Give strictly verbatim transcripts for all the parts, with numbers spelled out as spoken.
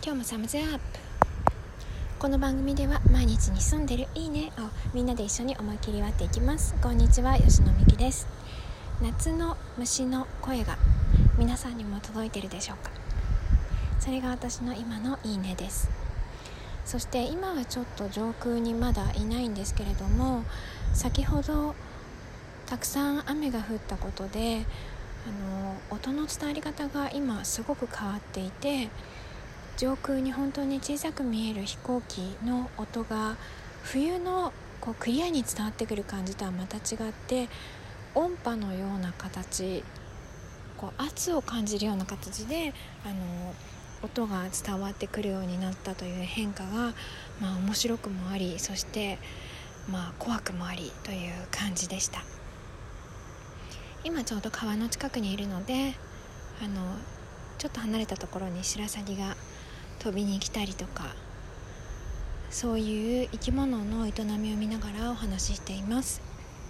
今日もサムズアップ。この番組では毎日に潜んでるいいねをみんなで一緒に思い切り割っていきます。こんにちは、吉野美希です。夏の虫の声が皆さんにも届いているでしょうか。それが私の今のいいねです。そして今はちょっと上空にまだいないんですけれども、先ほどたくさん雨が降ったことであの音の伝わり方が今すごく変わっていて、上空に本当に小さく見える飛行機の音が冬のこうクリアに伝わってくる感じとはまた違って、音波のような形、こう圧を感じるような形であの音が伝わってくるようになったという変化が、まあ、面白くもあり、そして、まあ、怖くもありという感じでした。今ちょうど川の近くにいるので、あのちょっと離れたところにシラサギが飛びに来たりとか、そういう生き物の営みを見ながらお話ししています。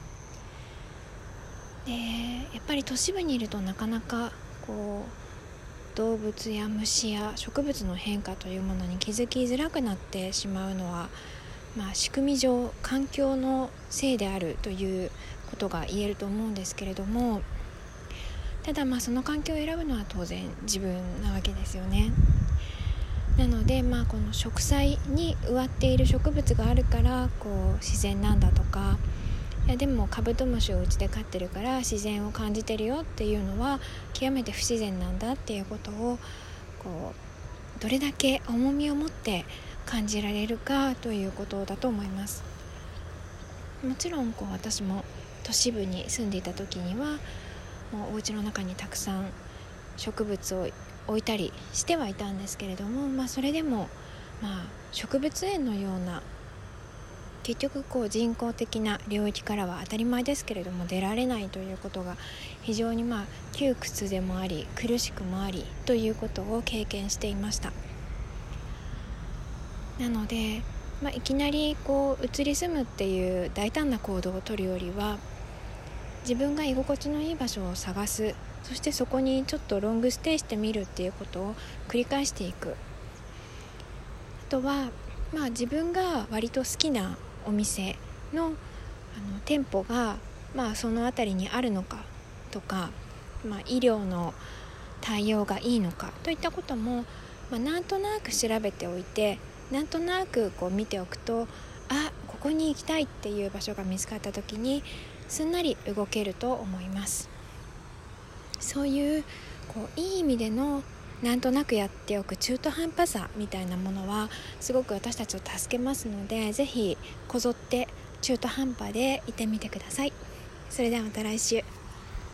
でやっぱり都市部にいるとなかなかこう動物や虫や植物の変化というものに気づきづらくなってしまうのは、まあ、仕組み上環境のせいであるということが言えると思うんですけれども、ただまあその環境を選ぶのは当然自分なわけですよね。なので、まあ、この植栽に植わっている植物があるからこう自然なんだとか、いやでもカブトムシをうちで飼ってるから自然を感じてるよっていうのは極めて不自然なんだっていうことをこうどれだけ重みを持って感じられるかということだと思います。もちろんこう私も都市部に住んでいた時にはもうお家の中にたくさん植物を置いたりしてはいたんですけれども、まあ、それでも、まあ、植物園のような結局こう人工的な領域からは当たり前ですけれども出られないということが非常にまあ窮屈でもあり苦しくもありということを経験していました。なので、まあ、いきなりこう移り住むっていう大胆な行動をとるよりは、自分が居心地のいい場所を探す、そしてそこにちょっとロングステイしてみるっていうことを繰り返していく。あとは、まあ、自分が割と好きなお店 の, あの店舗が、まあ、その辺りにあるのかとか、まあ、医療の対応がいいのかといったことも、まあ、なんとなく調べておいて、なんとなくこう見ておくと、あ、ここに行きたいっていう場所が見つかった時にすんなり動けると思います。そういう、こういい意味でのなんとなくやっておく中途半端さみたいなものはすごく私たちを助けますので、ぜひこぞって中途半端でいてみてください。それではまた来週。